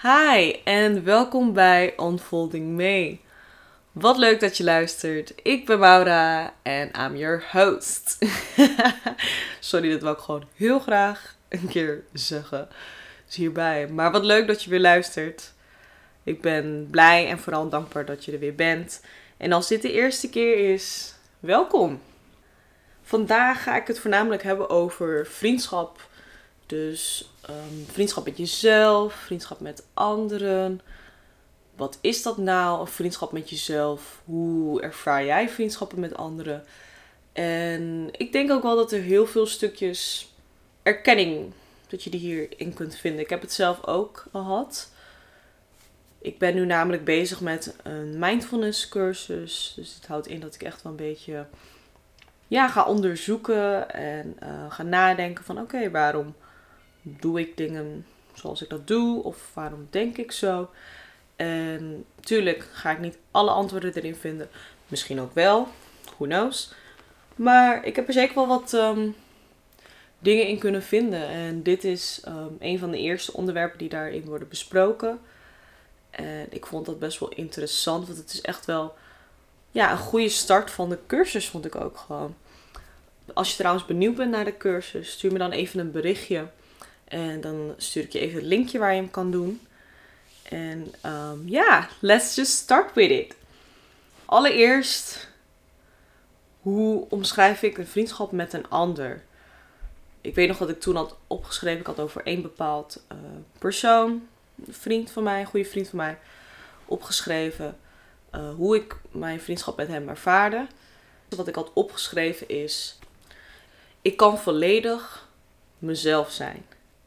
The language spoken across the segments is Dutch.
Hi en welkom bij Unfolding May. Wat leuk dat je luistert. Ik ben Maura en I'm your host. Sorry, dat wil ik gewoon heel graag een keer zeggen. Dus hierbij. Maar wat leuk dat je weer luistert. Ik ben blij en vooral dankbaar dat je er weer bent. En als dit de eerste keer is, welkom. Vandaag ga ik het voornamelijk hebben over vriendschap. Dus vriendschap met jezelf, vriendschap met anderen. Wat is dat nou, een vriendschap met jezelf? Hoe ervaar jij vriendschappen met anderen? En ik denk ook wel dat er heel veel stukjes erkenning, dat je die hierin kunt vinden. Ik heb het zelf ook gehad. Ik ben nu namelijk bezig met een mindfulness cursus. Dus het houdt in dat ik echt wel een beetje ga onderzoeken en ga nadenken van oké, waarom doe ik dingen zoals ik dat doe? Of waarom denk ik zo? En natuurlijk ga ik niet alle antwoorden erin vinden. Misschien ook wel. Who knows? Maar ik heb er zeker wel wat dingen in kunnen vinden. En dit is een van de eerste onderwerpen die daarin worden besproken. En ik vond dat best wel interessant. Want het is echt wel een goede start van de cursus, vond ik ook gewoon. Als je trouwens benieuwd bent naar de cursus, stuur me dan even een berichtje. En dan stuur ik je even het linkje waar je hem kan doen. En let's just start with it. Allereerst, hoe omschrijf ik een vriendschap met een ander? Ik weet nog dat ik toen had opgeschreven, ik had over één bepaald persoon, een vriend van mij, een goede vriend van mij, opgeschreven hoe ik mijn vriendschap met hem ervaarde. Wat ik had opgeschreven is, ik kan volledig mezelf zijn.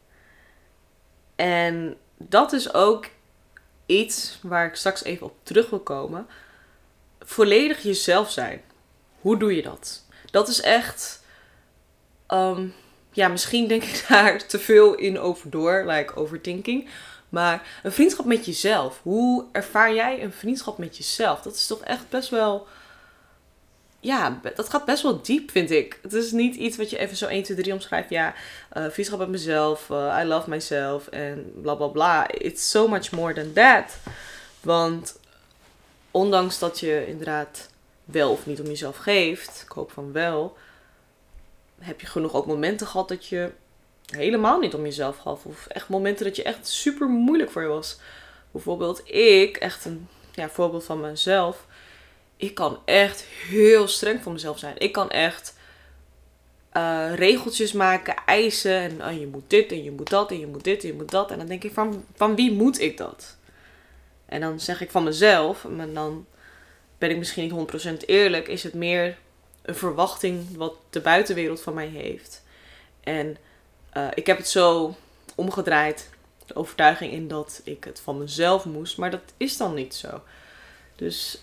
En dat is ook iets waar ik straks even op terug wil komen. Volledig jezelf zijn. Hoe doe je dat? Dat is echt misschien denk ik daar te veel in over door, like overthinking. Maar een vriendschap met jezelf. Hoe ervaar jij een vriendschap met jezelf? Dat is toch echt best wel, dat gaat best wel diep, vind ik. Het is niet iets wat je even zo 1, 2, 3 omschrijft. Vriendschap met mezelf, I love myself en bla bla bla. It's so much more than that. Want ondanks dat je inderdaad wel of niet om jezelf geeft, ik hoop van wel, heb je genoeg ook momenten gehad dat je helemaal niet om jezelf gaf. Of echt momenten dat je echt super moeilijk voor je was. Bijvoorbeeld ik, echt een voorbeeld van mezelf. Ik kan echt heel streng voor mezelf zijn. Ik kan echt regeltjes maken, eisen. En je moet dit en je moet dat en je moet dit en je moet dat. En dan denk ik van wie moet ik dat? En dan zeg ik van mezelf. Maar dan ben ik misschien niet 100% eerlijk. Is het meer een verwachting wat de buitenwereld van mij heeft. En ik heb het zo omgedraaid. De overtuiging in dat ik het van mezelf moest. Maar dat is dan niet zo. Dus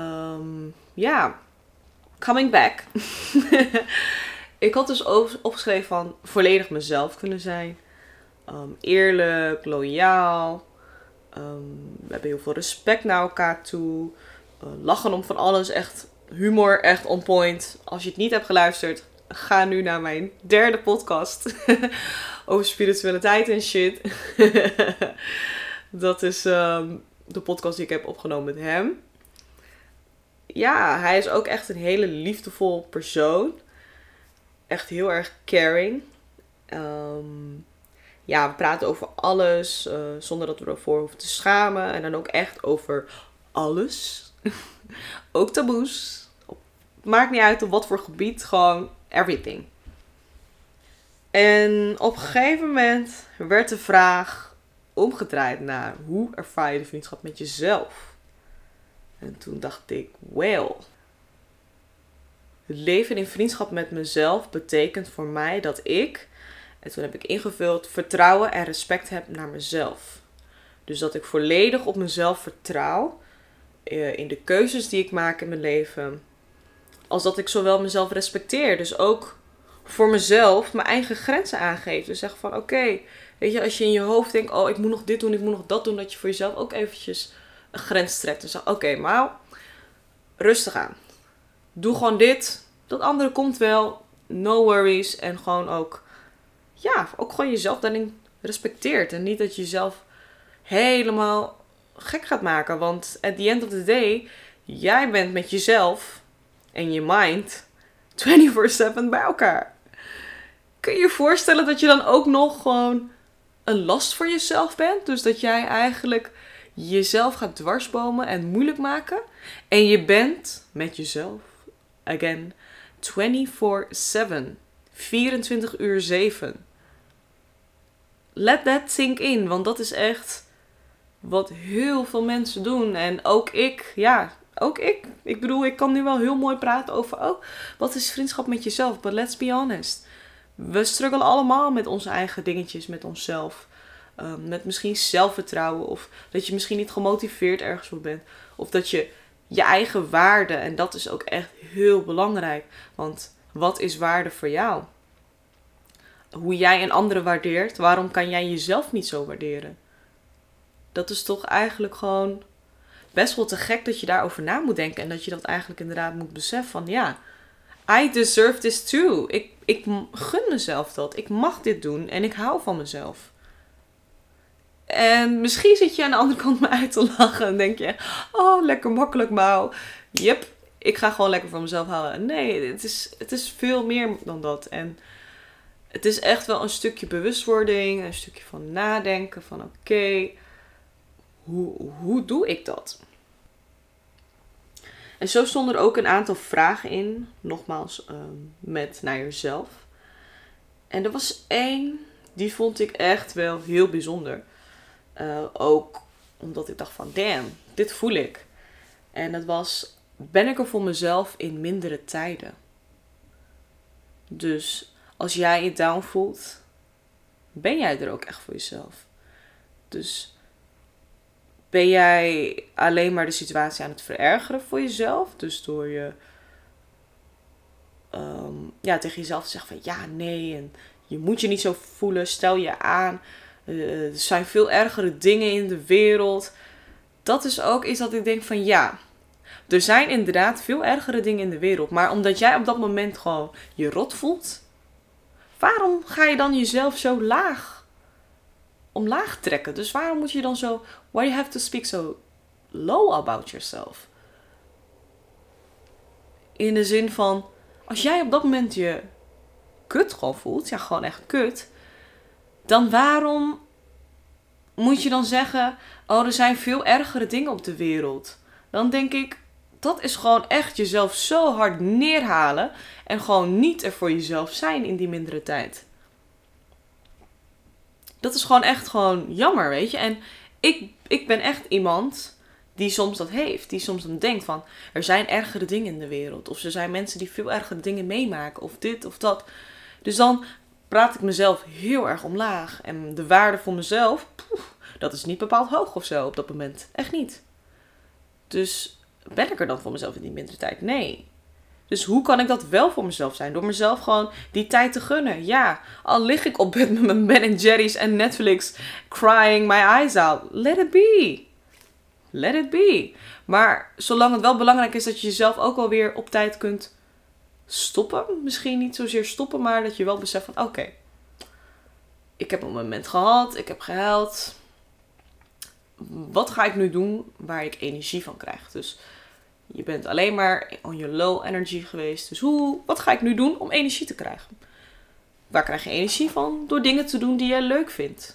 coming back. Ik had dus opgeschreven van volledig mezelf kunnen zijn. Eerlijk, loyaal. We hebben heel veel respect naar elkaar toe. Lachen om van alles. Echt humor, echt on point. Als je het niet hebt geluisterd, ga nu naar mijn 3e podcast. Over spiritualiteit en shit. Dat is de podcast die ik heb opgenomen met hem. Ja, hij is ook echt een hele liefdevol persoon. Echt heel erg caring. We praten over alles. Zonder dat we ervoor hoeven te schamen. En dan ook echt over alles. Ook taboes. Maakt niet uit op wat voor gebied. Gewoon everything. En op een gegeven moment werd de vraag omgedraaid naar hoe ervaar je de vriendschap met jezelf? En toen dacht ik, het leven in vriendschap met mezelf betekent voor mij dat ik, en toen heb ik ingevuld, vertrouwen en respect heb naar mezelf. Dus dat ik volledig op mezelf vertrouw in de keuzes die ik maak in mijn leven. Als dat ik zowel mezelf respecteer, dus ook voor mezelf mijn eigen grenzen aangeef. Dus zeg van oké, weet je, als je in je hoofd denkt, ik moet nog dit doen, ik moet nog dat doen, dat je voor jezelf ook eventjes een grens trekt. Dus zeg oké, maar rustig aan. Doe gewoon dit. Dat andere komt wel. No worries. En gewoon ook gewoon jezelf daarin respecteert. En niet dat je jezelf helemaal gek gaat maken. Want at the end of the day, jij bent met jezelf en je mind 24/7 bij elkaar. Kun je je voorstellen dat je dan ook nog gewoon een last voor jezelf bent? Dus dat jij eigenlijk jezelf gaat dwarsbomen en moeilijk maken. En je bent met jezelf, again, 24/7. 24/7. Let that sink in, want dat is echt wat heel veel mensen doen. En ook ik, ook ik. Ik bedoel, ik kan nu wel heel mooi praten over, wat is vriendschap met jezelf? But let's be honest. We struggelen allemaal met onze eigen dingetjes, met onszelf. Met misschien zelfvertrouwen. Of dat je misschien niet gemotiveerd ergens voor bent. Of dat je eigen waarde, en dat is ook echt heel belangrijk. Want wat is waarde voor jou? Hoe jij een andere waardeert, waarom kan jij jezelf niet zo waarderen? Dat is toch eigenlijk gewoon best wel te gek dat je daarover na moet denken. En dat je dat eigenlijk inderdaad moet beseffen van I deserve this too. Ik gun mezelf dat. Ik mag dit doen en ik hou van mezelf. En misschien zit je aan de andere kant me uit te lachen en denk je, lekker makkelijk mouw. Yep, ik ga gewoon lekker van mezelf houden. Nee, het is veel meer dan dat. En het is echt wel een stukje bewustwording, een stukje van nadenken van oké, hoe doe ik dat? En zo stonden er ook een aantal vragen in, nogmaals, met naar jezelf. En er was één, die vond ik echt wel heel bijzonder. Ook omdat ik dacht van, damn, dit voel ik. En dat was, ben ik er voor mezelf in mindere tijden? Dus als jij je down voelt, ben jij er ook echt voor jezelf? Dus ben jij alleen maar de situatie aan het verergeren voor jezelf? Dus door je tegen jezelf te zeggen van nee, en je moet je niet zo voelen, stel je aan. Er zijn veel ergere dingen in de wereld. Dat is ook iets dat ik denk van er zijn inderdaad veel ergere dingen in de wereld. Maar omdat jij op dat moment gewoon je rot voelt, waarom ga je dan jezelf zo omlaag trekken? Dus waarom moet je dan zo, why you have to speak so low about yourself? In de zin van, als jij op dat moment je kut gewoon voelt, gewoon echt kut, dan waarom moet je dan zeggen, er zijn veel ergere dingen op de wereld? Dan denk ik, dat is gewoon echt jezelf zo hard neerhalen en gewoon niet er voor jezelf zijn in die mindere tijd. Dat is gewoon echt jammer, weet je. En ik ben echt iemand die soms dat heeft. Die soms dan denkt van, er zijn ergere dingen in de wereld. Of er zijn mensen die veel ergere dingen meemaken. Of dit of dat. Dus dan praat ik mezelf heel erg omlaag. En de waarde voor mezelf, dat is niet bepaald hoog of zo op dat moment. Echt niet. Dus ben ik er dan voor mezelf in die mindere tijd? Nee. Dus hoe kan ik dat wel voor mezelf zijn? Door mezelf gewoon die tijd te gunnen. Ja, al lig ik op bed met mijn Ben & Jerry's en Netflix crying my eyes out. Let it be. Let it be. Maar zolang het wel belangrijk is dat je jezelf ook alweer op tijd kunt stoppen. Misschien niet zozeer stoppen, maar dat je wel beseft van oké, ik heb een moment gehad, ik heb gehuild. Wat ga ik nu doen waar ik energie van krijg? Dus je bent alleen maar on your low energy geweest. Dus wat ga ik nu doen om energie te krijgen? Waar krijg je energie van? Door dingen te doen die jij leuk vindt.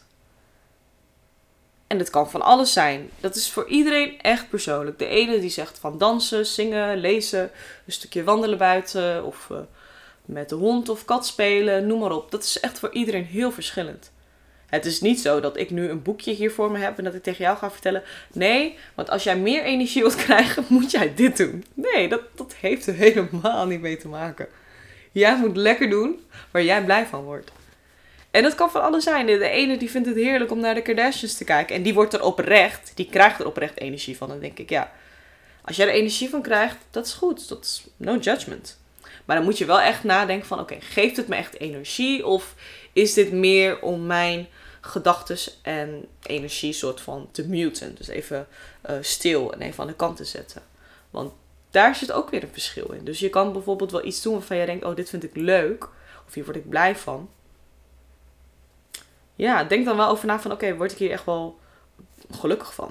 En dat kan van alles zijn. Dat is voor iedereen echt persoonlijk. De ene die zegt van dansen, zingen, lezen, een stukje wandelen buiten of met de hond of kat spelen, noem maar op. Dat is echt voor iedereen heel verschillend. Het is niet zo dat ik nu een boekje hier voor me heb en dat ik tegen jou ga vertellen, nee, want als jij meer energie wilt krijgen, moet jij dit doen. Nee, dat heeft er helemaal niet mee te maken. Jij moet lekker doen waar jij blij van wordt. En dat kan van alles zijn. De ene die vindt het heerlijk om naar de Kardashians te kijken. En die krijgt er oprecht energie van. Dan denk ik, als jij er energie van krijgt, dat is goed. Dat is no judgment. Maar dan moet je wel echt nadenken van, oké, geeft het me echt energie? Of is dit meer om mijn gedachten en energie soort van te muten? Dus even stil en even aan de kant te zetten. Want daar zit ook weer een verschil in. Dus je kan bijvoorbeeld wel iets doen waarvan je denkt, dit vind ik leuk. Of hier word ik blij van. Ja, denk dan wel over na van, word ik hier echt wel gelukkig van.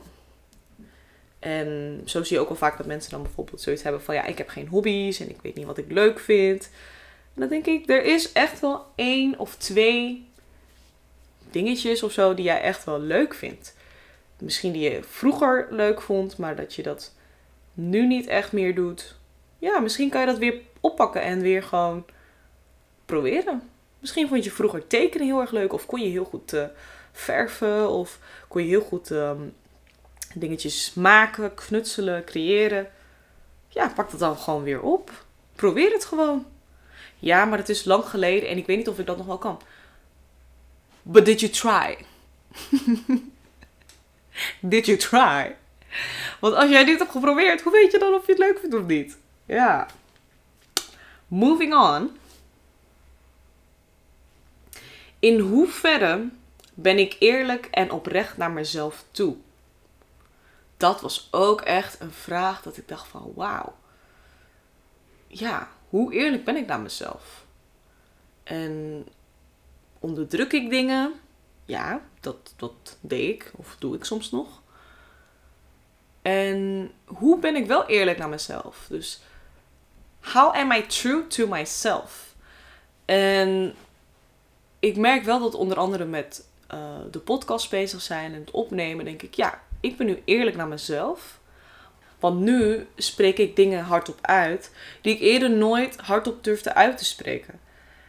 En zo zie je ook wel vaak dat mensen dan bijvoorbeeld zoiets hebben van, ja, ik heb geen hobby's en ik weet niet wat ik leuk vind. En dan denk ik, er is echt wel 1 of 2 dingetjes of zo die jij echt wel leuk vindt. Misschien die je vroeger leuk vond, maar dat je dat nu niet echt meer doet. Ja, misschien kan je dat weer oppakken en weer gewoon proberen. Misschien vond je vroeger tekenen heel erg leuk. Of kon je heel goed verven. Of kon je heel goed dingetjes maken, knutselen, creëren. Ja, pak dat dan gewoon weer op. Probeer het gewoon. Ja, maar het is lang geleden en ik weet niet of ik dat nog wel kan. But did you try? Did you try? Want als jij dit hebt geprobeerd, hoe weet je dan of je het leuk vindt of niet? Ja. Moving on. In hoeverre ben ik eerlijk en oprecht naar mezelf toe? Dat was ook echt een vraag dat ik dacht van wauw. Ja, hoe eerlijk ben ik naar mezelf? En onderdruk ik dingen? Ja, dat deed ik of doe ik soms nog. En hoe ben ik wel eerlijk naar mezelf? Dus how am I true to myself? En ik merk wel dat onder andere met de podcast bezig zijn en het opnemen, denk ik, ja, ik ben nu eerlijk naar mezelf. Want nu spreek ik dingen hardop uit die ik eerder nooit hardop durfde uit te spreken.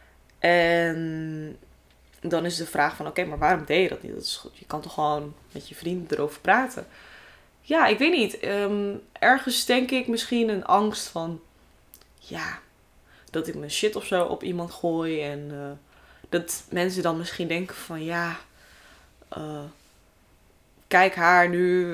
En dan is de vraag van, oké, maar waarom deed je dat niet? Dat is goed. Je kan toch gewoon met je vrienden erover praten. Ja, ik weet niet. Ergens denk ik misschien een angst van, ja, dat ik mijn shit of zo op iemand gooi. En dat mensen dan misschien denken van, ja, kijk haar nu.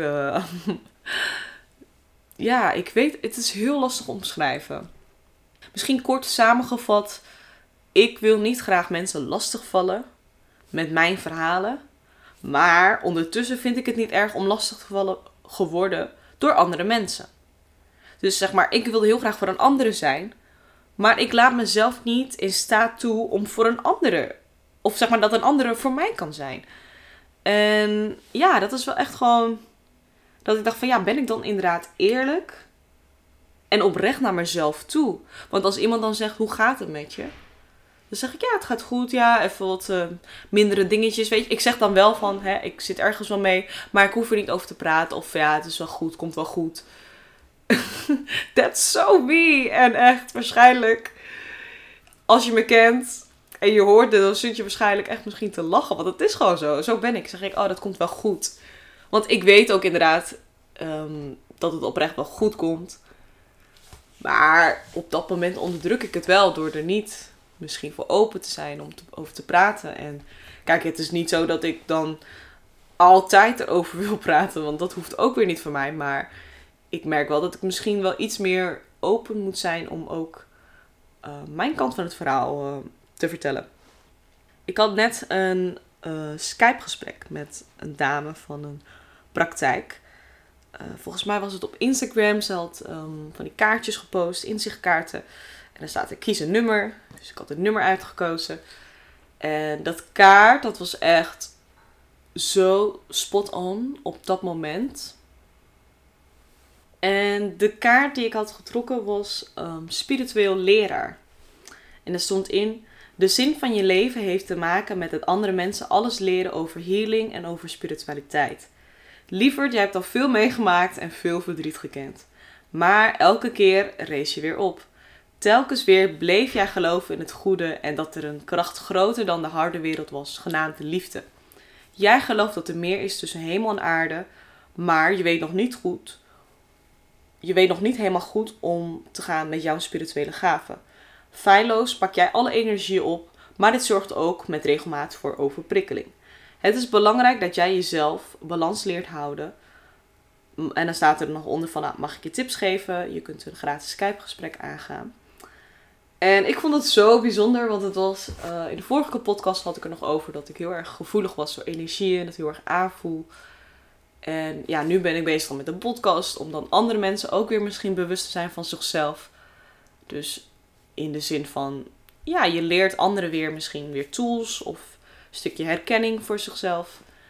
Ja, ik weet, het is heel lastig omschrijven. Misschien kort samengevat, ik wil niet graag mensen lastigvallen met mijn verhalen. Maar ondertussen vind ik het niet erg om lastiggevallen geworden door andere mensen. Dus zeg maar, ik wil heel graag voor een andere zijn. Maar ik laat mezelf niet in staat toe om voor een andere. Of zeg maar dat een andere voor mij kan zijn. En ja, dat is wel echt gewoon dat ik dacht van ja, ben ik dan inderdaad eerlijk en oprecht naar mezelf toe? Want als iemand dan zegt, hoe gaat het met je? Dan zeg ik, ja, het gaat goed. Ja, even wat mindere dingetjes. Weet je, ik zeg dan wel van, ik zit ergens wel mee. Maar ik hoef er niet over te praten. Of ja, het is wel goed, komt wel goed. That's so me. En echt, waarschijnlijk, als je me kent en je hoort dit, dan zit je waarschijnlijk echt misschien te lachen. Want het is gewoon zo. Zo ben ik. Zeg ik, oh, dat komt wel goed. Want ik weet ook inderdaad dat het oprecht wel goed komt. Maar op dat moment onderdruk ik het wel door er niet misschien voor open te zijn om over te praten. En kijk, het is niet zo dat ik dan altijd erover wil praten, want dat hoeft ook weer niet van mij. Maar ik merk wel dat ik misschien wel iets meer open moet zijn om ook mijn kant van het verhaal te vertellen. Ik had net een Skype-gesprek met een dame van een praktijk. Volgens mij was het op Instagram. Ze had van die kaartjes gepost, inzichtkaarten. En dan staat er kies een nummer. Dus ik had het nummer uitgekozen. En dat kaart, dat was echt zo spot on op dat moment. En de kaart die ik had getrokken was spiritueel leraar. En er stond in, de zin van je leven heeft te maken met dat andere mensen alles leren over healing en over spiritualiteit. Lieverd, jij hebt al veel meegemaakt en veel verdriet gekend. Maar elke keer rees je weer op. Telkens weer bleef jij geloven in het goede en dat er een kracht groter dan de harde wereld was, genaamd de liefde. Jij gelooft dat er meer is tussen hemel en aarde, maar je weet nog niet goed. Je weet nog niet helemaal goed om te gaan met jouw spirituele gaven. Feilloos pak jij alle energie op, maar dit zorgt ook met regelmaat voor overprikkeling. Het is belangrijk dat jij jezelf balans leert houden. En dan staat er nog onder van, nou, mag ik je tips geven? Je kunt een gratis Skype-gesprek aangaan. En ik vond het zo bijzonder, want het was, in de vorige podcast had ik er nog over dat ik heel erg gevoelig was voor energieën, dat heel erg aanvoel. En ja, nu ben ik bezig met een podcast om dan andere mensen ook weer misschien bewust te zijn van zichzelf. Dus in de zin van, ja, je leert anderen weer misschien weer tools of een stukje herkenning voor zichzelf.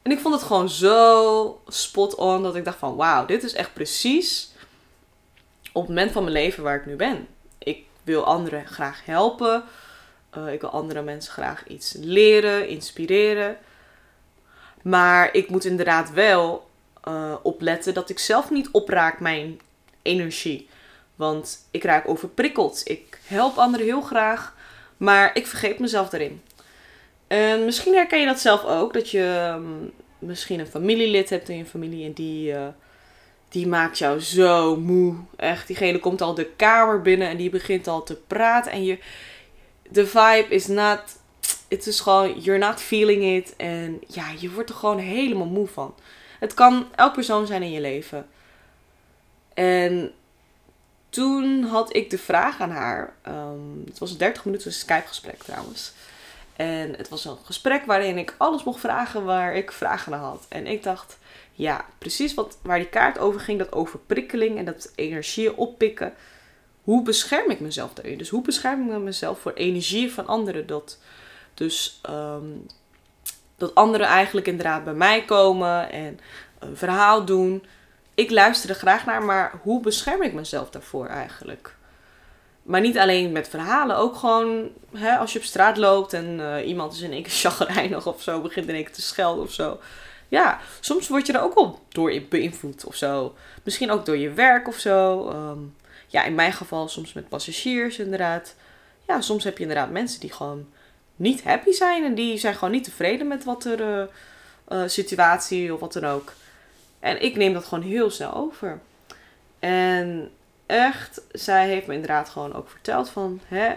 En ik vond het gewoon zo spot on dat ik dacht van wauw, dit is echt precies op het moment van mijn leven waar ik nu ben. Ik wil anderen graag helpen. Ik wil andere mensen graag iets leren, inspireren. Maar ik moet inderdaad wel opletten dat ik zelf niet opraak mijn energie. Want ik raak overprikkeld. Ik help anderen heel graag, maar ik vergeet mezelf daarin. En misschien herken je dat zelf ook. Dat je misschien een familielid hebt in je familie en die maakt jou zo moe. Echt, diegene komt al de kamer binnen en die begint al te praten. En de vibe is not... Het is gewoon, you're not feeling it. En ja, je wordt er gewoon helemaal moe van. Het kan elk persoon zijn in je leven. En toen had ik de vraag aan haar. Het was 30 minuten een Skype gesprek trouwens. En het was een gesprek waarin ik alles mocht vragen waar ik vragen naar had. En ik dacht, ja, precies waar die kaart over ging. Dat overprikkeling en dat energieën oppikken. Hoe bescherm ik mezelf daarin? Dus hoe bescherm ik mezelf voor energie van anderen? Dus dat anderen eigenlijk inderdaad bij mij komen en een verhaal doen. Ik luister er graag naar, maar hoe bescherm ik mezelf daarvoor eigenlijk? Maar niet alleen met verhalen, ook gewoon als je op straat loopt en iemand is in één keer chagrijnig of zo, begint in één keer te schelden of zo. Ja, soms word je er ook wel door beïnvloed of zo. Misschien ook door je werk of zo. Ja, in mijn geval soms met passagiers inderdaad. Ja, soms heb je inderdaad mensen die gewoon niet happy zijn. En die zijn gewoon niet tevreden met wat er situatie of wat dan ook. En ik neem dat gewoon heel snel over. En echt, zij heeft me inderdaad gewoon ook verteld van...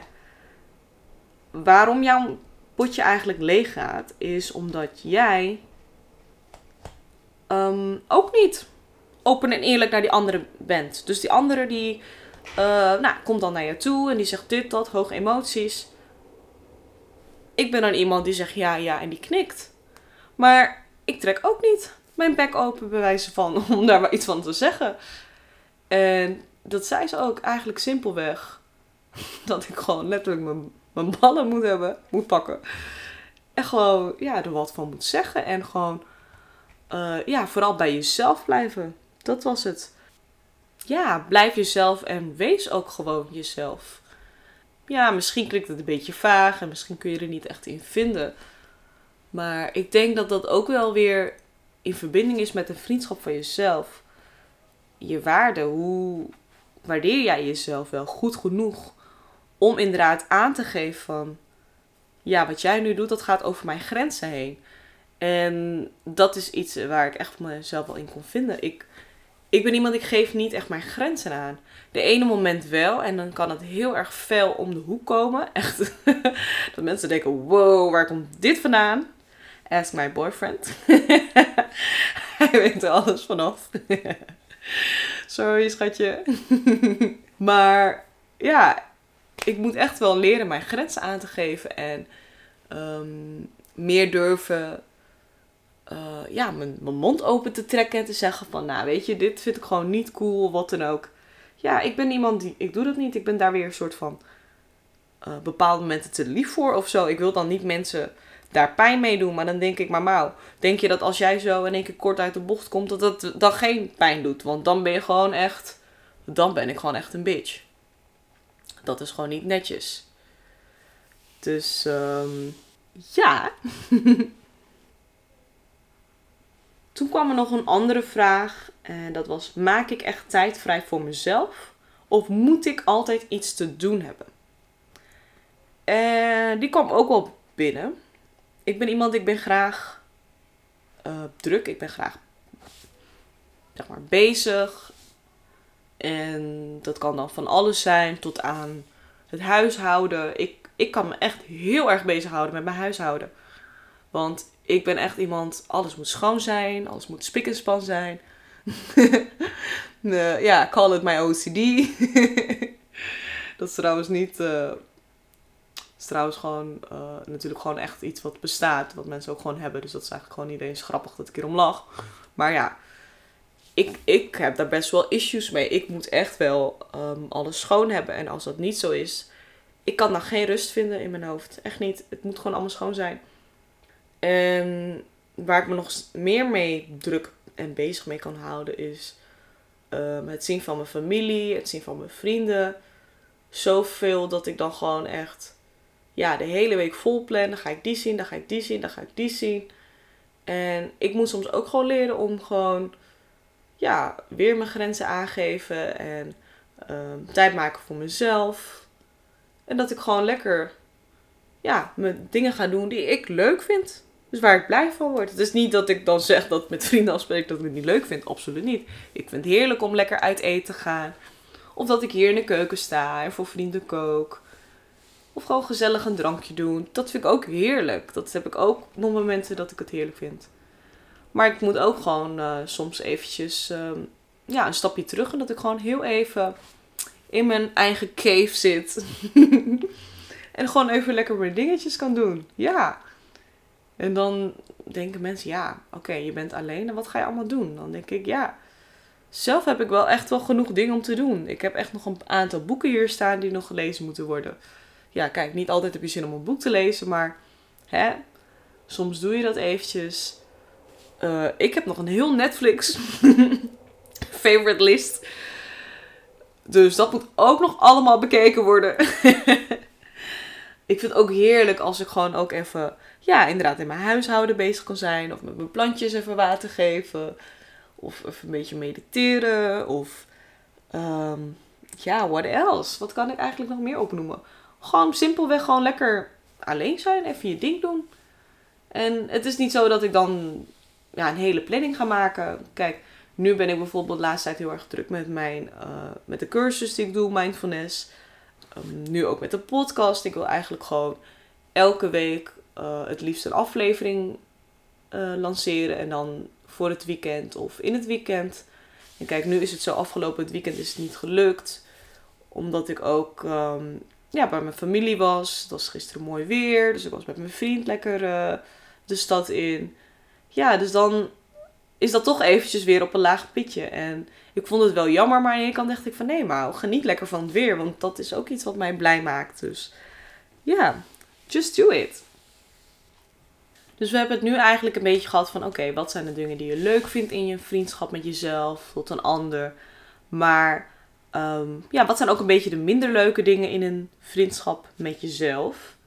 waarom jouw potje eigenlijk leeg gaat, is omdat jij ook niet open en eerlijk naar die andere bent. Dus die andere die komt dan naar je toe en die zegt dit, dat, hoge emoties. Ik ben dan iemand die zegt ja en die knikt. Maar ik trek ook niet mijn bek open bij wijze van om daar maar iets van te zeggen. En dat zei ze ook eigenlijk simpelweg. Dat ik gewoon letterlijk mijn ballen moet pakken. En gewoon er wat van moet zeggen. En gewoon vooral bij jezelf blijven. Dat was het. Ja, blijf jezelf en wees ook gewoon jezelf. Ja, misschien klinkt het een beetje vaag en misschien kun je er niet echt in vinden. Maar ik denk dat dat ook wel weer in verbinding is met een vriendschap van jezelf. Je waarde, hoe waardeer jij jezelf wel goed genoeg om inderdaad aan te geven van... Ja, wat jij nu doet, dat gaat over mijn grenzen heen. En dat is iets waar ik echt mezelf wel in kon vinden. Ik ben iemand, ik geef niet echt mijn grenzen aan. De ene moment wel. En dan kan het heel erg fel om de hoek komen. Echt. Dat mensen denken, wow, waar komt dit vandaan? Ask my boyfriend. Hij weet er alles vanaf. Sorry, schatje. Maar ja, ik moet echt wel leren mijn grenzen aan te geven. En meer durven... mijn mond open te trekken en te zeggen van... Nou, weet je, dit vind ik gewoon niet cool, wat dan ook. Ja, ik ben iemand die... Ik doe dat niet. Ik ben daar weer een soort van... bepaalde momenten te lief voor of zo. Ik wil dan niet mensen daar pijn mee doen. Maar dan denk ik, maar Mau, denk je dat als jij zo in één keer kort uit de bocht komt... dat het dan geen pijn doet? Want dan ben je gewoon echt... Dan ben ik gewoon echt een bitch. Dat is gewoon niet netjes. Dus, ja... Toen kwam er nog een andere vraag. En dat was, maak ik echt tijd vrij voor mezelf? Of moet ik altijd iets te doen hebben? En die kwam ook wel binnen. Ik ben iemand, ik ben graag druk. Ik ben graag zeg maar, bezig. En dat kan dan van alles zijn tot aan het huishouden. Ik kan me echt heel erg bezighouden met mijn huishouden. Want ik ben echt iemand, alles moet schoon zijn, alles moet spik en span zijn. Call it my OCD. Dat is trouwens niet... dat is trouwens gewoon natuurlijk gewoon echt iets wat bestaat. Wat mensen ook gewoon hebben. Dus dat is eigenlijk gewoon niet eens grappig dat ik hierom lach. Maar ja, ik heb daar best wel issues mee. Ik moet echt wel alles schoon hebben. En als dat niet zo is, ik kan dan geen rust vinden in mijn hoofd. Echt niet. Het moet gewoon allemaal schoon zijn. En waar ik me nog meer mee druk en bezig mee kan houden is het zien van mijn familie, het zien van mijn vrienden. Zoveel dat ik dan gewoon echt de hele week vol plan. Dan ga ik die zien, dan ga ik die zien, dan ga ik die zien. En ik moet soms ook gewoon leren om gewoon weer mijn grenzen aangeven en tijd maken voor mezelf. En dat ik gewoon lekker mijn dingen ga doen die ik leuk vind. Dus waar ik blij van word. Het is niet dat ik dan zeg dat met vrienden afspreek dat ik het niet leuk vind. Absoluut niet. Ik vind het heerlijk om lekker uit eten te gaan. Of dat ik hier in de keuken sta en voor vrienden kook. Of gewoon gezellig een drankje doen. Dat vind ik ook heerlijk. Dat heb ik ook nog momenten dat ik het heerlijk vind. Maar ik moet ook gewoon soms eventjes een stapje terug. En dat ik gewoon heel even in mijn eigen cave zit. En gewoon even lekker mijn dingetjes kan doen. Ja. En dan denken mensen, oké, je bent alleen. En wat ga je allemaal doen? Dan denk ik, zelf heb ik wel echt wel genoeg dingen om te doen. Ik heb echt nog een aantal boeken hier staan die nog gelezen moeten worden. Ja, kijk, niet altijd heb je zin om een boek te lezen. Maar soms doe je dat eventjes. Ik heb nog een heel Netflix favorite list. Dus dat moet ook nog allemaal bekeken worden. Ik vind het ook heerlijk als ik gewoon ook even, inderdaad in mijn huishouden bezig kan zijn. Of met mijn plantjes even water geven. Of even een beetje mediteren. Of, what else? Wat kan ik eigenlijk nog meer opnoemen? Gewoon simpelweg gewoon lekker alleen zijn. Even je ding doen. En het is niet zo dat ik dan een hele planning ga maken. Kijk, nu ben ik bijvoorbeeld de laatste tijd heel erg druk met met de cursus die ik doe, mindfulness. Nu ook met de podcast. Ik wil eigenlijk gewoon elke week het liefst een aflevering lanceren. En dan voor het weekend of in het weekend. En kijk, nu is het zo afgelopen. Het weekend is het niet gelukt. Omdat ik ook bij mijn familie was. Het was gisteren mooi weer. Dus ik was met mijn vriend lekker de stad in. Ja, dus dan is dat toch eventjes weer op een laag pitje. En ik vond het wel jammer, maar aan de ene kant dacht ik van nee, maar geniet lekker van het weer. Want dat is ook iets wat mij blij maakt. Dus just do it. Dus we hebben het nu eigenlijk een beetje gehad van oké, wat zijn de dingen die je leuk vindt in je vriendschap met jezelf tot een ander. Maar wat zijn ook een beetje de minder leuke dingen in een vriendschap met jezelf?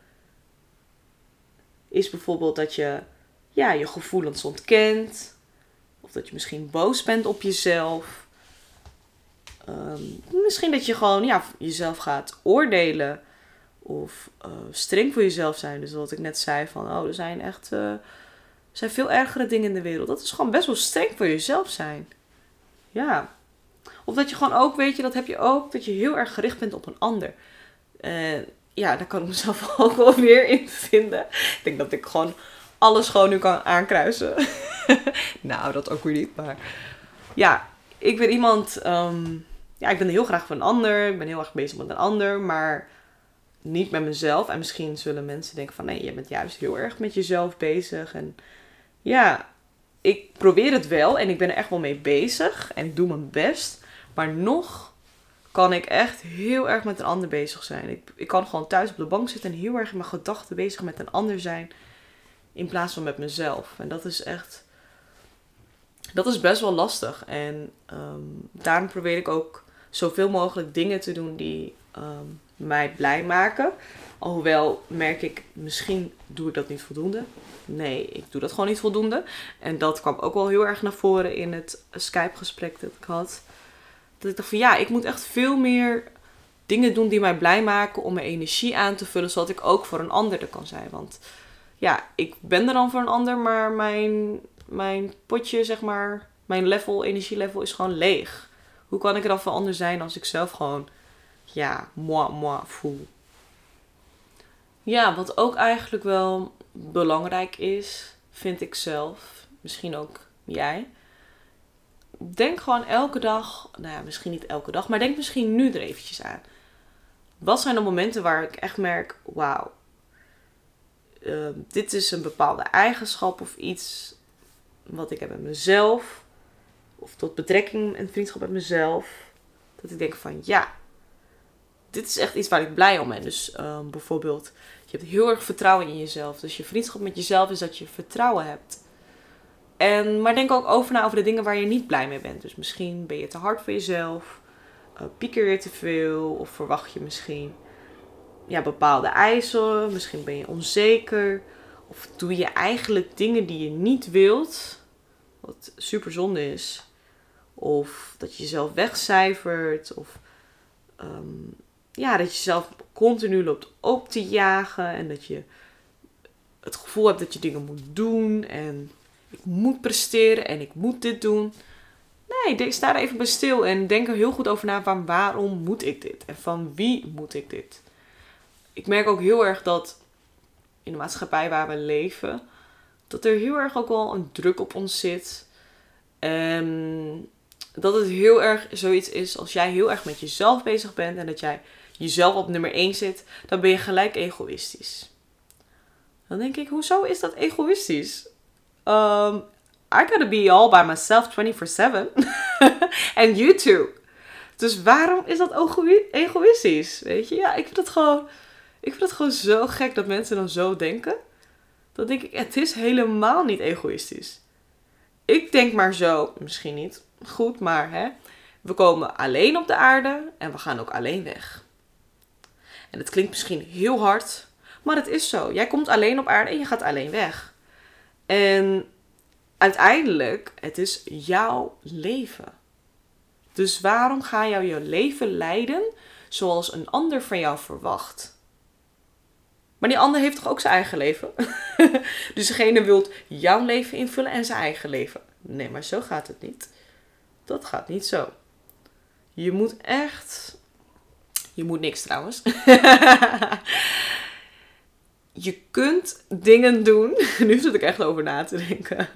Is bijvoorbeeld dat je je gevoelens ontkent. Of dat je misschien boos bent op jezelf. Misschien dat je gewoon jezelf gaat oordelen. Of streng voor jezelf zijn. Dus wat ik net zei van er zijn echt zijn veel ergere dingen in de wereld. Dat is gewoon best wel streng voor jezelf zijn. Ja. Of dat je gewoon ook, weet je, dat heb je ook. Dat je heel erg gericht bent op een ander. Daar kan ik mezelf ook wel weer in vinden. Ik denk dat ik gewoon alles gewoon nu kan aankruisen. Nou, dat ook weer niet. Maar ik ben iemand. Ik ben heel graag voor een ander. Ik ben heel erg bezig met een ander. Maar niet met mezelf. En misschien zullen mensen denken van nee, je bent juist heel erg met jezelf bezig. En ik probeer het wel. En ik ben er echt wel mee bezig. En ik doe mijn best. Maar nog kan ik echt heel erg met een ander bezig zijn. Ik kan gewoon thuis op de bank zitten en heel erg in mijn gedachten bezig met een ander zijn. In plaats van met mezelf. En dat is best wel lastig. En daarom probeer ik ook zoveel mogelijk dingen te doen die mij blij maken. Alhoewel merk ik, misschien doe ik dat niet voldoende. Nee, ik doe dat gewoon niet voldoende. En dat kwam ook wel heel erg naar voren in het Skype-gesprek dat ik had. Dat ik dacht van ik moet echt veel meer dingen doen die mij blij maken om mijn energie aan te vullen. Zodat ik ook voor een ander er kan zijn. Want ik ben er dan voor een ander, maar mijn potje, zeg maar, mijn energielevel is gewoon leeg. Hoe kan ik er dan voor ander zijn als ik zelf gewoon, moi voel? Ja, wat ook eigenlijk wel belangrijk is, vind ik zelf, misschien ook jij. Denk gewoon elke dag, misschien niet elke dag, maar denk misschien nu er eventjes aan. Wat zijn de momenten waar ik echt merk, wauw. Dit is een bepaalde eigenschap of iets wat ik heb met mezelf. Of tot betrekking en vriendschap met mezelf. Dat ik denk van dit is echt iets waar ik blij om ben. Dus bijvoorbeeld, je hebt heel erg vertrouwen in jezelf. Dus je vriendschap met jezelf is dat je vertrouwen hebt. Maar denk ook over de dingen waar je niet blij mee bent. Dus misschien ben je te hard voor jezelf. Pieker je te veel. Of verwacht je misschien bepaalde eisen. Misschien ben je onzeker. Of doe je eigenlijk dingen die je niet wilt. Wat super zonde is. Of dat je jezelf wegcijfert. Of dat je jezelf continu loopt op te jagen. En dat je het gevoel hebt dat je dingen moet doen. En ik moet presteren en ik moet dit doen. Nee, sta er even bij stil en denk er heel goed over na van waarom moet ik dit? En van wie moet ik dit? Ik merk ook heel erg dat in de maatschappij waar we leven, dat er heel erg ook wel een druk op ons zit. En dat het heel erg zoiets is als jij heel erg met jezelf bezig bent en dat jij jezelf op nummer 1 zit, dan ben je gelijk egoïstisch. Dan denk ik, hoezo is dat egoïstisch? I gotta be all by myself 24/7. And you too. Dus waarom is dat egoïstisch? Weet je? Ja, ik vind het gewoon zo gek dat mensen dan zo denken. Dan denk ik, het is helemaal niet egoïstisch. Ik denk maar zo, misschien niet goed, maar we komen alleen op de aarde en we gaan ook alleen weg. En het klinkt misschien heel hard, maar het is zo. Jij komt alleen op aarde en je gaat alleen weg. En uiteindelijk, het is jouw leven. Dus waarom ga jou je leven leiden zoals een ander van jou verwacht? Maar die ander heeft toch ook zijn eigen leven? Dus degene wil jouw leven invullen en zijn eigen leven. Nee, maar zo gaat het niet. Dat gaat niet zo. Je moet echt... Je moet niks trouwens. Je kunt dingen doen. Nu zit ik echt over na te denken.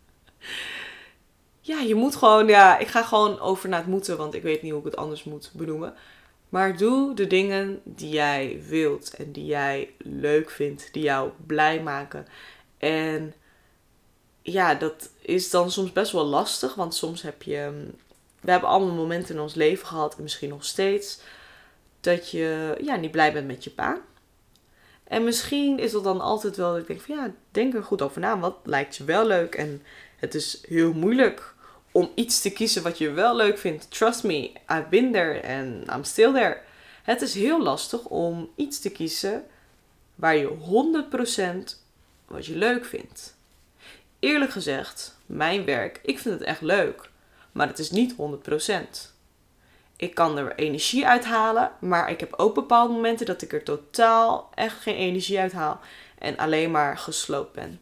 Ja, je moet gewoon... Ja, ik ga gewoon over naar het moeten, want ik weet niet hoe ik het anders moet benoemen. Maar doe de dingen die jij wilt en die jij leuk vindt, die jou blij maken. En ja, dat is dan soms best wel lastig, want soms heb je... We hebben allemaal momenten in ons leven gehad, en misschien nog steeds, dat je niet blij bent met je baan. En misschien is dat dan altijd wel dat ik denk van denk er goed over na. Wat lijkt je wel leuk? En het is heel moeilijk om iets te kiezen wat je wel leuk vindt. Trust me, I've been there and I'm still there. Het is heel lastig om iets te kiezen waar je 100% wat je leuk vindt. Eerlijk gezegd, mijn werk, ik vind het echt leuk. Maar het is niet 100%. Ik kan er energie uithalen, maar ik heb ook bepaalde momenten dat ik er totaal echt geen energie uit haal. En alleen maar gesloopt ben.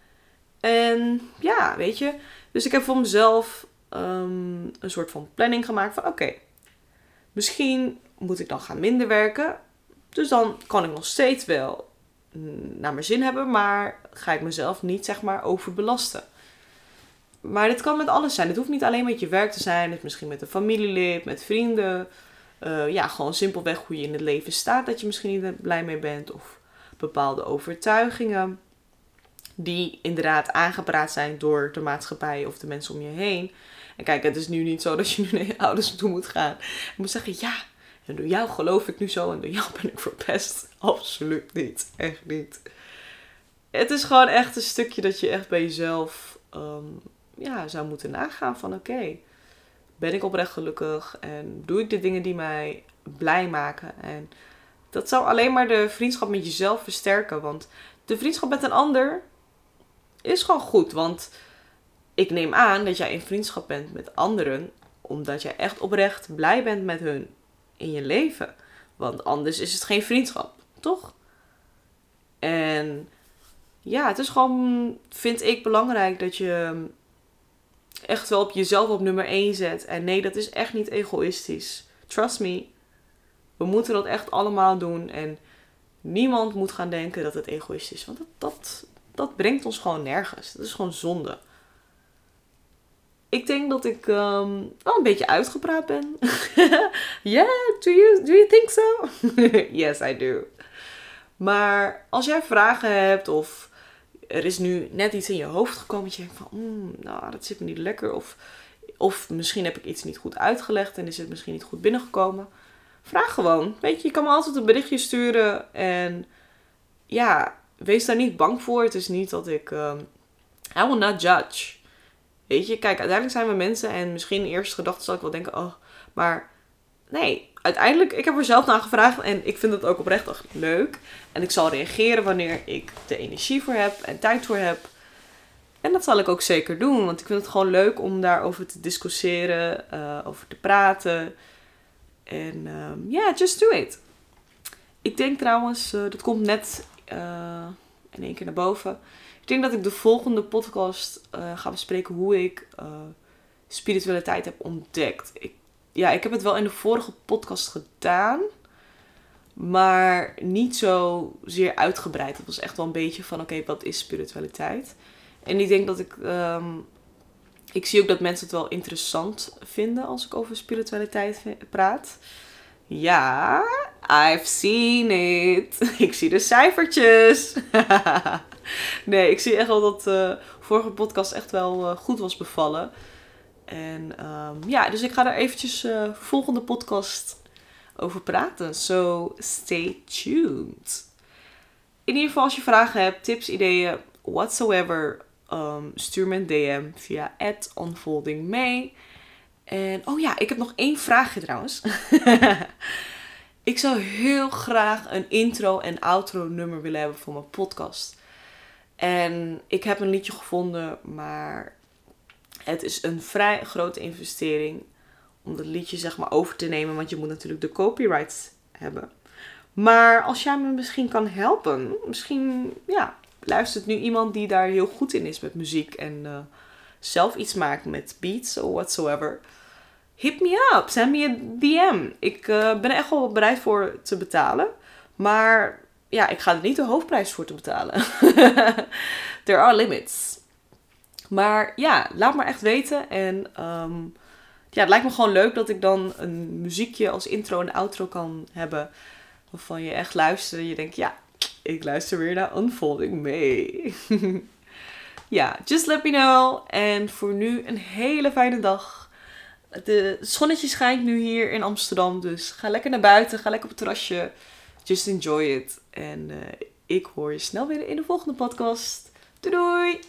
En ja, weet je. Dus ik heb voor mezelf een soort van planning gemaakt van oké, misschien moet ik dan gaan minder werken. Dus dan kan ik nog steeds wel naar mijn zin hebben, maar ga ik mezelf niet zeg maar overbelasten. Maar dit kan met alles zijn. Het hoeft niet alleen met je werk te zijn. Het misschien met een familielid, met vrienden. Gewoon simpelweg hoe je in het leven staat. Dat je misschien niet blij mee bent. Of bepaalde overtuigingen. Die inderdaad aangepraat zijn door de maatschappij of de mensen om je heen. En kijk, het is nu niet zo dat je nu naar je ouders toe moet gaan. Je moet zeggen, ja, en door jou geloof ik nu zo. En door jou ben ik verpest. Absoluut niet. Echt niet. Het is gewoon echt een stukje dat je echt bij jezelf... zou moeten nagaan van oké, ben ik oprecht gelukkig en doe ik de dingen die mij blij maken. En dat zou alleen maar de vriendschap met jezelf versterken, want de vriendschap met een ander is gewoon goed. Want ik neem aan dat jij in vriendschap bent met anderen, omdat jij echt oprecht blij bent met hun in je leven. Want anders is het geen vriendschap, toch? En ja, het is gewoon, vind ik, belangrijk dat je echt wel op jezelf op nummer 1 zet. En nee, dat is echt niet egoïstisch. Trust me. We moeten dat echt allemaal doen. En niemand moet gaan denken dat het egoïstisch is. Want dat brengt ons gewoon nergens. Dat is gewoon zonde. Ik denk dat ik wel een beetje uitgepraat ben. Yeah, do you think so? Yes, I do. Maar als jij vragen hebt of er is nu net iets in je hoofd gekomen dat je denkt van, dat zit me niet lekker. Of misschien heb ik iets niet goed uitgelegd en is het misschien niet goed binnengekomen. Vraag gewoon. Weet je, je kan me altijd een berichtje sturen. En ja, wees daar niet bang voor. Het is niet dat ik... I will not judge. Weet je, kijk, uiteindelijk zijn we mensen en misschien in eerste gedachte zal ik wel denken, oh, maar nee. Uiteindelijk, ik heb er zelf naar gevraagd en ik vind het ook oprecht echt leuk. En ik zal reageren wanneer ik de energie voor heb en tijd voor heb. En dat zal ik ook zeker doen, want ik vind het gewoon leuk om daarover te discussiëren, over te praten. En just do it. Ik denk trouwens, dat komt net in één keer naar boven. Ik denk dat ik de volgende podcast ga bespreken hoe ik spiritualiteit heb ontdekt. Ik heb het wel in de vorige podcast gedaan. Maar niet zo zeer uitgebreid. Het was echt wel een beetje van oké, wat is spiritualiteit? En ik denk dat ik zie ook dat mensen het wel interessant vinden als ik over spiritualiteit praat. Ja, I've seen it. Ik zie de cijfertjes. Nee, ik zie echt wel dat de vorige podcast echt wel goed was bevallen. En dus ik ga daar eventjes volgende podcast over praten. So stay tuned. In ieder geval als je vragen hebt, tips, ideeën, whatsoever, stuur me een DM via @unfoldingmay. En ik heb nog 1 vraagje trouwens. Ik zou heel graag een intro en outro nummer willen hebben voor mijn podcast. En ik heb een liedje gevonden, maar het is een vrij grote investering om dat liedje zeg maar over te nemen, want je moet natuurlijk de copyright hebben. Maar als jij me misschien kan helpen, misschien luistert nu iemand die daar heel goed in is met muziek en zelf iets maakt met beats of whatsoever. Hit me up, send me een DM. Ik ben er echt wel bereid voor te betalen. Maar ik ga er niet de hoofdprijs voor te betalen. There are limits. Maar laat maar echt weten. En het lijkt me gewoon leuk dat ik dan een muziekje als intro en outro kan hebben. Waarvan je echt luistert en je denkt, ik luister weer naar Unfolding May. Just let me know. En voor nu een hele fijne dag. Het zonnetje schijnt nu hier in Amsterdam. Dus ga lekker naar buiten. Ga lekker op het terrasje. Just enjoy it. En ik hoor je snel weer in de volgende podcast. Doei doei!